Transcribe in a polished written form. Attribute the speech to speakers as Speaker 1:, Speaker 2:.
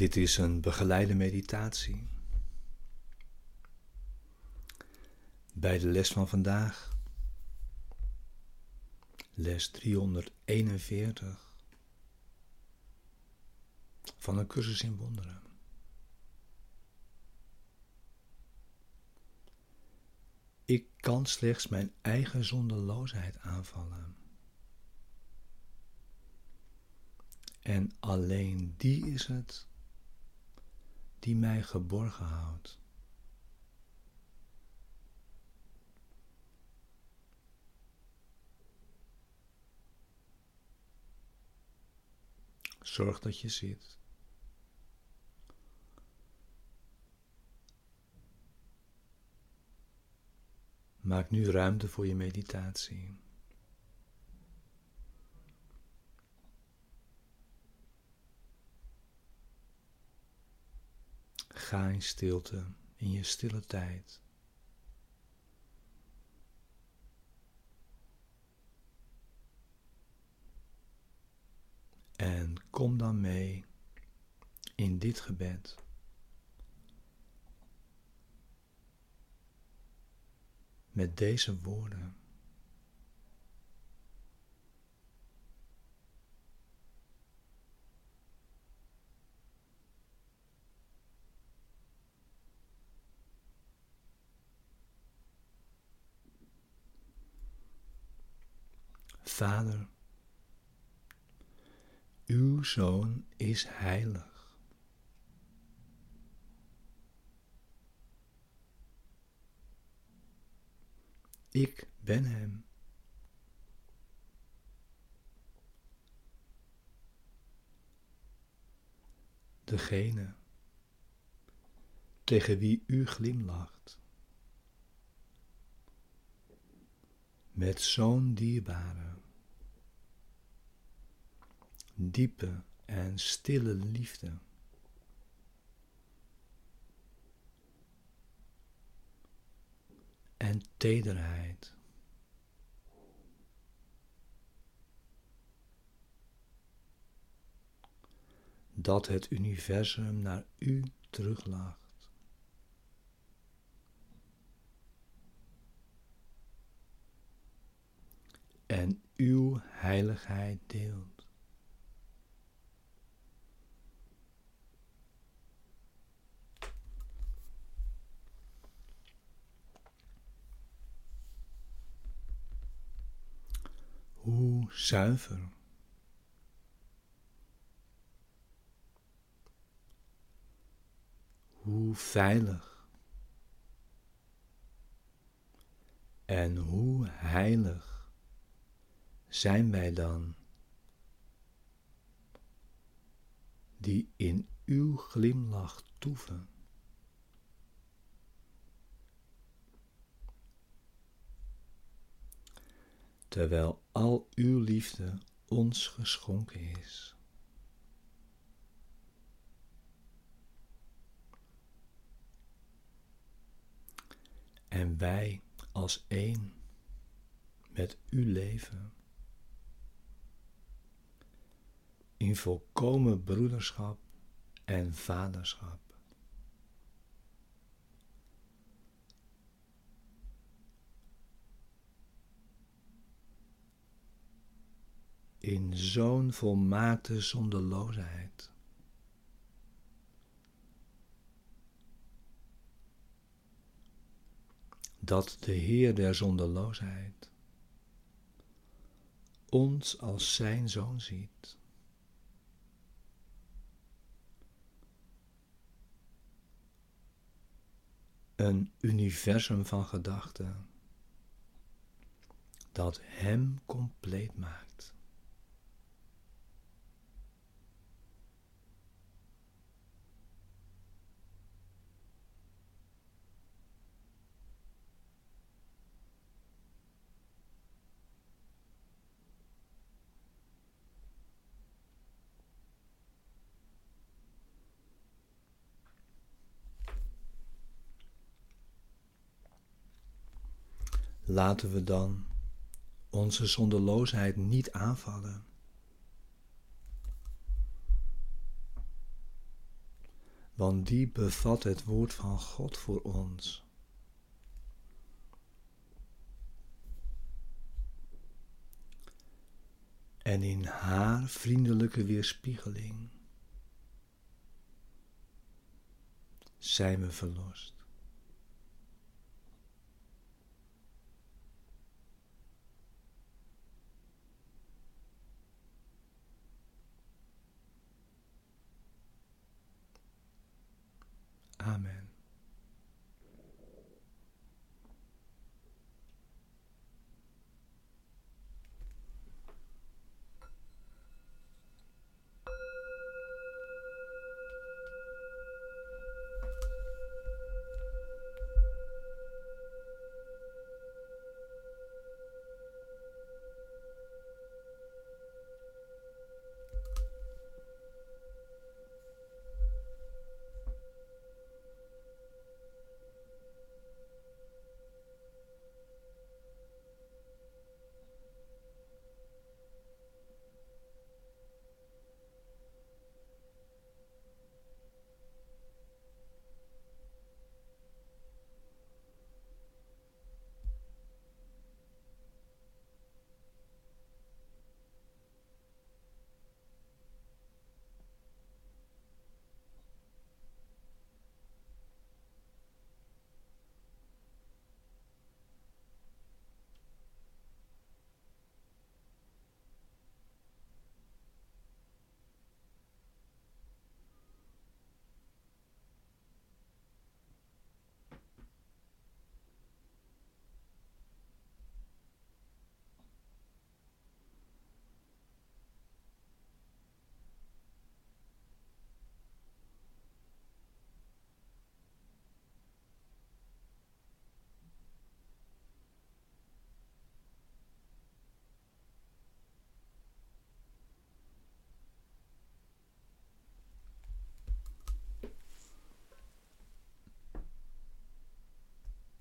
Speaker 1: Dit is een begeleide meditatie. Bij de les van vandaag, les 341 van een cursus in wonderen. Ik kan slechts mijn eigen zondeloosheid aanvallen. En alleen die is het die mij geborgen houdt. Zorg dat je zit. Maak nu ruimte voor je meditatie. Ga in stilte, in je stille tijd. En kom dan mee in dit gebed. Met deze woorden. Vader, uw Zoon is heilig. Ik ben hem. Degene tegen wie u glimlacht. Met zo'n dierbare, diepe en stille liefde. En tederheid. Dat het universum naar u teruglacht. En uw heiligheid deelt. Hoe zuiver, hoe veilig en hoe heilig zijn wij dan, die in uw glimlach toeven. Terwijl al uw liefde ons geschonken is. En wij als één met uw leven. In volkomen broederschap en vaderschap. In zo'n volmaakte zondeloosheid. Dat de Heer der zondeloosheid ons als zijn Zoon ziet. Een universum van gedachten dat hem compleet maakt. Laten we dan onze zondeloosheid niet aanvallen. want die bevat het woord van God voor ons. En in haar vriendelijke weerspiegeling zijn we verlost. Amen.